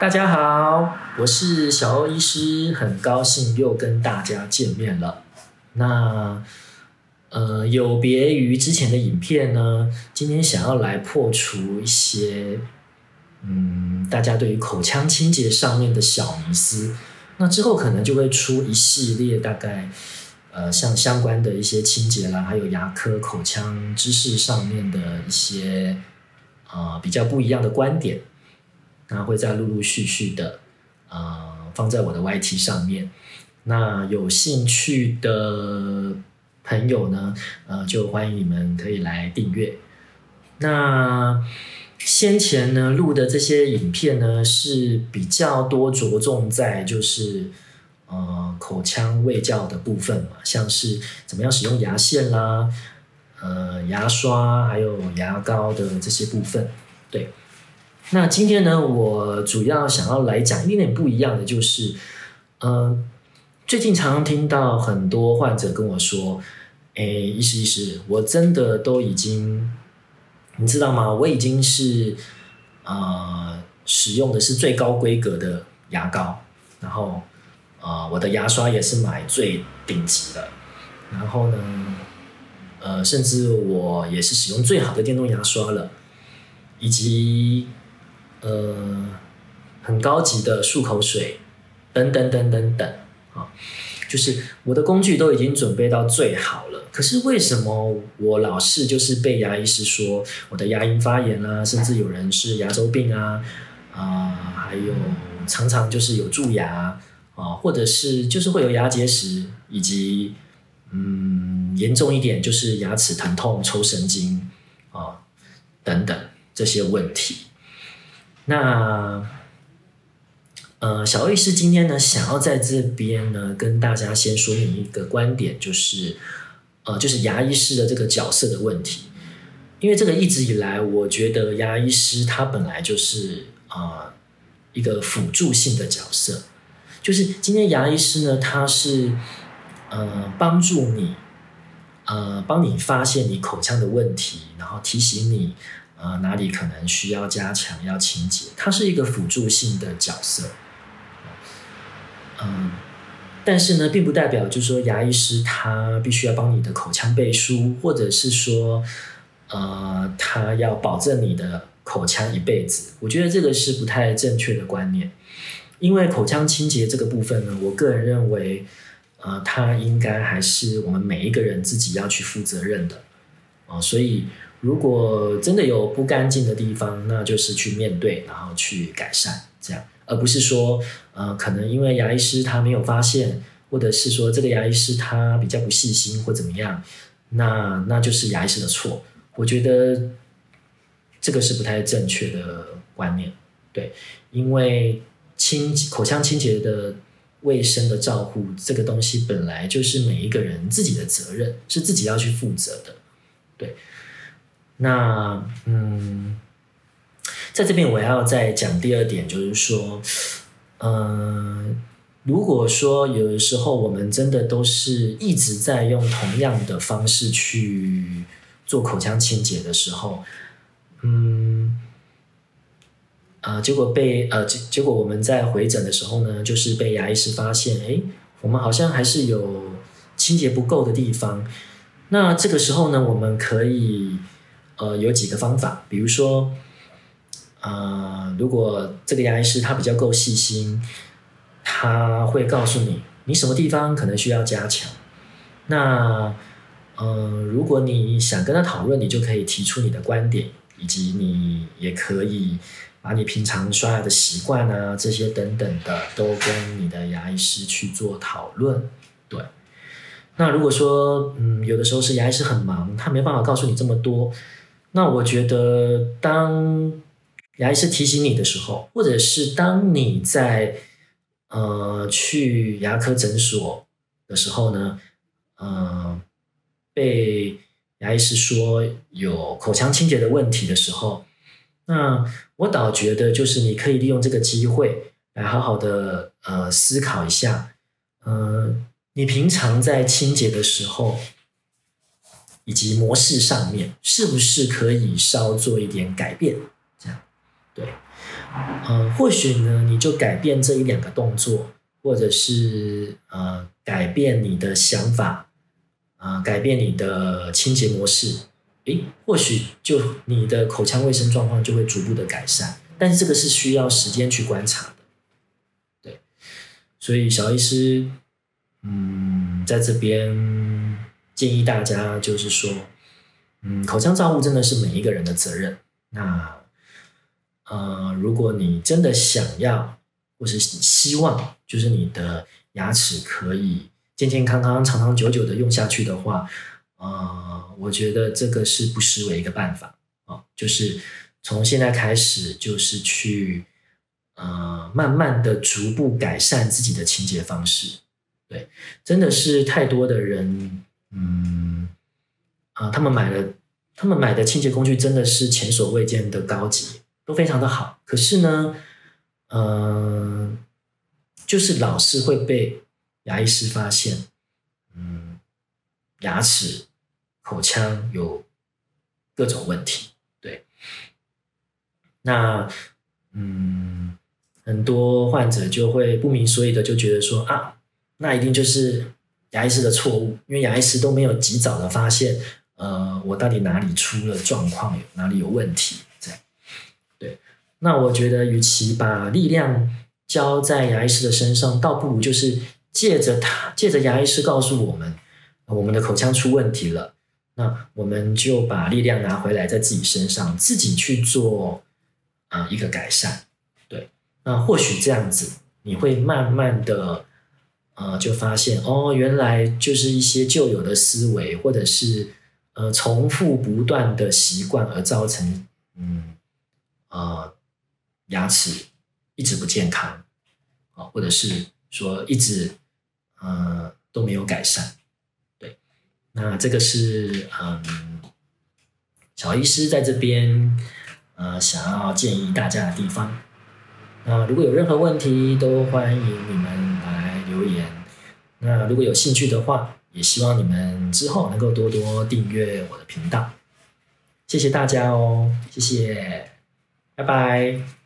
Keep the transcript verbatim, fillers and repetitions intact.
大家好，我是小欧医师，很高兴又跟大家见面了。那呃，有别于之前的影片呢，今天想要来破除一些嗯大家对于口腔清洁上面的小迷思。那之后可能就会出一系列大概呃像相关的一些清洁啦，还有牙科口腔知识上面的一些呃比较不一样的观点。那会再陆陆续续的呃放在我的 Y T 上面。那有兴趣的朋友呢，呃，就欢迎你们可以来订阅。那先前呢录的这些影片呢，是比较多着重在就是呃口腔卫教的部分嘛，像是怎么样使用牙线啦、呃牙刷还有牙膏的这些部分。对，那今天呢，我主要想要来讲一点点不一样的，就是呃最近常常听到很多患者跟我说，诶，医师医师，我真的都已经，你知道吗？我已经是呃使用的是最高规格的牙膏，然后呃我的牙刷也是买最顶级的，然后呢，呃甚至我也是使用最好的电动牙刷了，以及呃很高级的漱口水，等等等等等。啊，就是我的工具都已经准备到最好了，可是为什么我老是就是被牙医师说我的牙龈发炎啦、啊，甚至有人是牙周病啊，啊、呃，还有常常就是有蛀牙啊，或者是就是会有牙结石，以及嗯严重一点就是牙齿疼痛、抽神经啊等等这些问题。那呃，小医师今天呢，想要在这边呢，跟大家先说明一个观点，就是呃，就是牙医师的这个角色的问题。因为这个一直以来，我觉得牙医师他本来就是呃一个辅助性的角色，就是今天牙医师呢，他是呃帮助你，呃帮你发现你口腔的问题，然后提醒你呃哪里可能需要加强、要清洁，它是一个辅助性的角色。嗯，但是呢，并不代表就是说牙医师他必须要帮你的口腔背书，或者是说，呃，他要保证你的口腔一辈子。我觉得这个是不太正确的观念，因为口腔清洁这个部分呢，我个人认为，呃，它应该还是我们每一个人自己要去负责任的啊、呃。所以，如果真的有不干净的地方，那就是去面对，然后去改善，这样。而不是说，呃，可能因为牙医师他没有发现，或者是说这个牙医师他比较不细心或怎么样，那那就是牙医师的错。我觉得这个是不太正确的观念，对，因为清口腔清洁的卫生的照护这个东西本来就是每一个人自己的责任，是自己要去负责的，对。那嗯。在这边我要再讲第二点，就是说，呃，如果说有的时候我们真的都是一直在用同样的方式去做口腔清洁的时候，嗯，呃，结果被呃结结果我们在回诊的时候呢，就是被牙医师发现，哎，我们好像还是有清洁不够的地方。那这个时候呢，我们可以呃有几个方法，比如说。呃，如果这个牙医师他比较够细心，他会告诉你你什么地方可能需要加强。那呃，如果你想跟他讨论，你就可以提出你的观点，以及你也可以把你平常刷牙的习惯啊这些等等的都跟你的牙医师去做讨论。对，那如果说嗯有的时候是牙医师很忙，他没办法告诉你这么多，那我觉得当牙医师提醒你的时候，或者是当你在呃去牙科诊所的时候呢，呃被牙医师说有口腔清洁的问题的时候，那我倒觉得就是你可以利用这个机会来好好的呃思考一下，呃你平常在清洁的时候以及模式上面是不是可以稍做一点改变，这样。对， 呃，或许呢，你就改变这一两个动作，或者是呃改变你的想法，啊、呃，改变你的清洁模式，诶，或许就你的口腔卫生状况就会逐步的改善。但是这个是需要时间去观察的，对。所以小医师，嗯，在这边建议大家就是说，嗯，口腔照护真的是每一个人的责任。那呃，如果你真的想要，或是希望，就是你的牙齿可以健健康康、长长久久的用下去的话，呃，我觉得这个是不失为一个办法啊、哦，就是从现在开始，就是去呃，慢慢的逐步改善自己的清洁方式。对，真的是太多的人，嗯，啊、呃，他们买了，他们买的清洁工具真的是前所未见的高级。都非常的好，可是呢，呃，就是老是会被牙医师发现，嗯，牙齿、口腔有各种问题，对。那，嗯，很多患者就会不明所以的就觉得说啊，那一定就是牙医师的错误，因为牙医师都没有及早的发现，呃，我到底哪里出了状况，哪里有问题。对，那我觉得，与其把力量交在牙医师的身上，倒不如就是借着他，借着牙医师告诉我们，我们的口腔出问题了，那我们就把力量拿回来，在自己身上，自己去做啊、呃、一个改善。对，那或许这样子，你会慢慢的呃就发现，哦，原来就是一些旧有的思维，或者是呃重复不断的习惯而造成，嗯。呃，牙齿一直不健康，啊，或者是说一直呃都没有改善，对，那这个是嗯小医师在这边呃想要建议大家的地方。那如果有任何问题，都欢迎你们来留言。那如果有兴趣的话，也希望你们之后能够多多订阅我的频道。谢谢大家哦，谢谢。拜拜。